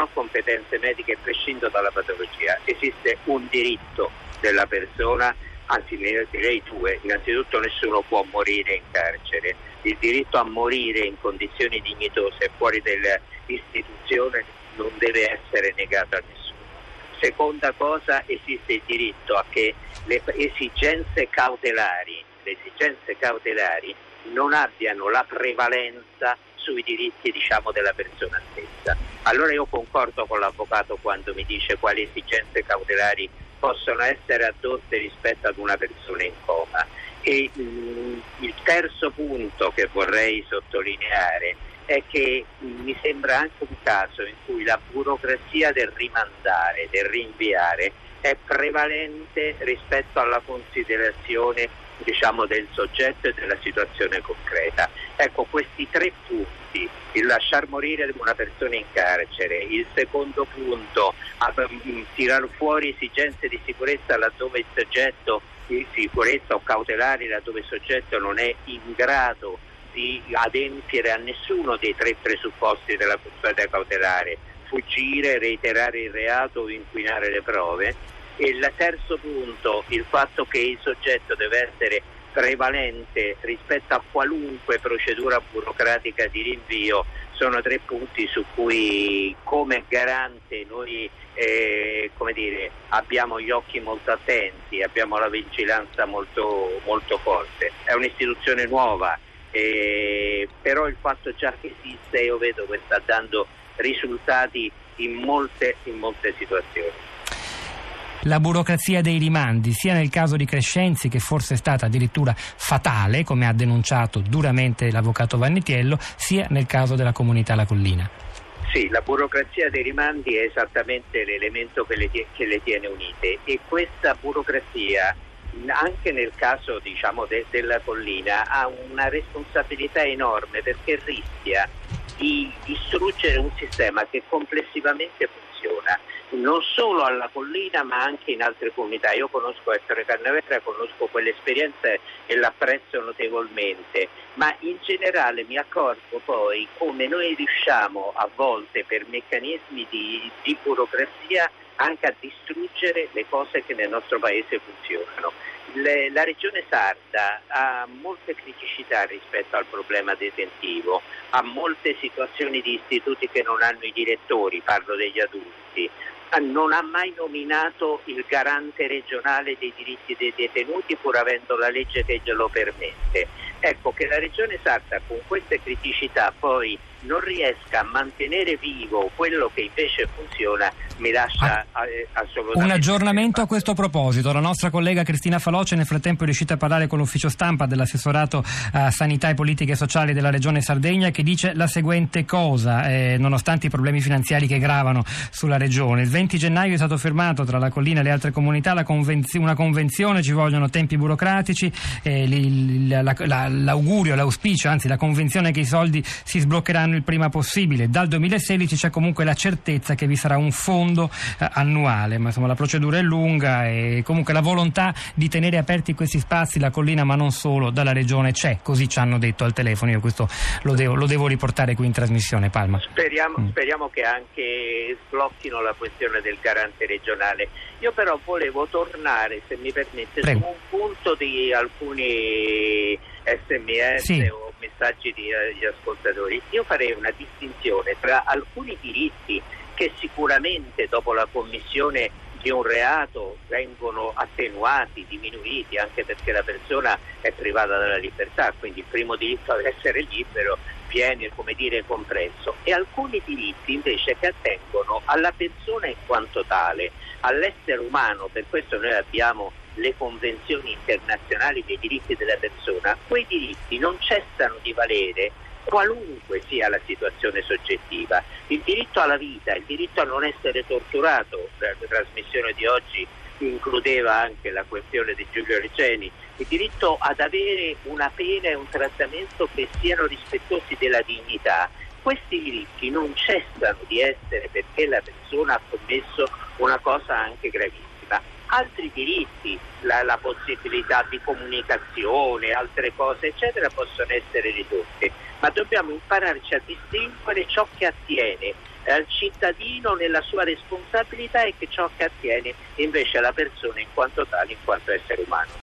ho competenze mediche, prescindo dalla patologia. Esiste un diritto della persona, anzi direi due. Innanzitutto nessuno può morire in carcere. Il diritto a morire in condizioni dignitose fuori dell'istituzione non deve essere negato a nessuno. Seconda cosa, esiste il diritto a che le esigenze cautelari non abbiano la prevalenza sui diritti, della persona stessa. Allora io concordo con l'avvocato quando mi dice quali esigenze cautelari possono essere addotte rispetto ad una persona in coma. E il terzo punto che vorrei sottolineare è che mi sembra anche un caso in cui la burocrazia del rimandare, del rinviare, è prevalente rispetto alla considerazione del soggetto e della situazione concreta. Ecco, questi tre punti, il lasciar morire una persona in carcere, il secondo punto, tirar fuori esigenze di sicurezza laddove il soggetto, di sicurezza o cautelari laddove il soggetto non è in grado di adempiere a nessuno dei tre presupposti della custodia cautelare, fuggire, reiterare il reato o inquinare le prove. E il terzo punto, il fatto che il soggetto deve essere prevalente rispetto a qualunque procedura burocratica di rinvio, sono tre punti su cui come garante noi abbiamo gli occhi molto attenti, abbiamo la vigilanza molto, molto forte. È un'istituzione nuova, però il fatto già che esiste, io vedo che sta dando risultati in molte situazioni. La burocrazia dei rimandi, sia nel caso di Crescenzi, che forse è stata addirittura fatale, come ha denunciato duramente l'avvocato Vannitiello, sia nel caso della comunità La Collina. Sì, la burocrazia dei rimandi è esattamente l'elemento che le tiene unite, e questa burocrazia, anche nel caso della Collina, ha una responsabilità enorme, perché rischia di distruggere un sistema che complessivamente funziona non solo alla Collina ma anche in altre comunità. Io conosco Ettore Cannavera, conosco quell'esperienza e l'apprezzo notevolmente, ma in generale mi accorgo poi come noi riusciamo a volte per meccanismi di burocrazia anche a distruggere le cose che nel nostro paese funzionano. La regione sarda ha molte criticità rispetto al problema detentivo, ha molte situazioni di istituti che non hanno i direttori, parlo degli adulti, non ha mai nominato il garante regionale dei diritti dei detenuti pur avendo la legge che glielo permette. Ecco, che la regione sarda con queste criticità poi non riesca a mantenere vivo quello che invece funziona mi lascia assolutamente. Un aggiornamento a questo proposito. La nostra collega Cristina Faloce nel frattempo è riuscita a parlare con l'ufficio stampa dell'assessorato a sanità e politiche sociali della regione Sardegna, che dice la seguente cosa, nonostante i problemi finanziari che gravano sulla regione. Il 20 gennaio è stato firmato tra la Collina e le altre comunità una convenzione, ci vogliono tempi burocratici, l'augurio, l'auspicio, anzi la convenzione che i soldi si sbloccheranno il prima possibile. Dal 2016 c'è comunque la certezza che vi sarà un fondo annuale, ma insomma la procedura è lunga e comunque la volontà di tenere aperti questi spazi, la Collina ma non solo, dalla regione c'è, così ci hanno detto al telefono. Io questo lo devo riportare qui in trasmissione. Palma. Speriamo che anche sblocchino la questione del garante regionale. Io però volevo tornare, se mi permette, su un punto di alcuni SMS sì, o messaggi di ascoltatori. Io farei una distinzione tra alcuni diritti che sicuramente dopo la commissione di un reato vengono attenuati, diminuiti, anche perché la persona è privata della libertà, quindi il primo diritto ad essere libero viene, compreso, e alcuni diritti invece che attengono alla persona in quanto tale, all'essere umano. Per questo noi abbiamo le convenzioni internazionali dei diritti della persona. Quei diritti non cessano di valere qualunque sia la situazione soggettiva. Il diritto alla vita, il diritto a non essere torturato, la trasmissione di oggi includeva anche la questione di Giulio Regeni, il diritto ad avere una pena e un trattamento che siano rispettosi della dignità. Questi diritti non cessano di essere perché la persona ha commesso una cosa anche gravissima. Altri diritti, la possibilità di comunicazione, altre cose eccetera, possono essere ridotte, ma dobbiamo impararci a distinguere ciò che attiene al cittadino nella sua responsabilità e che ciò che attiene invece alla persona in quanto tale, in quanto essere umano.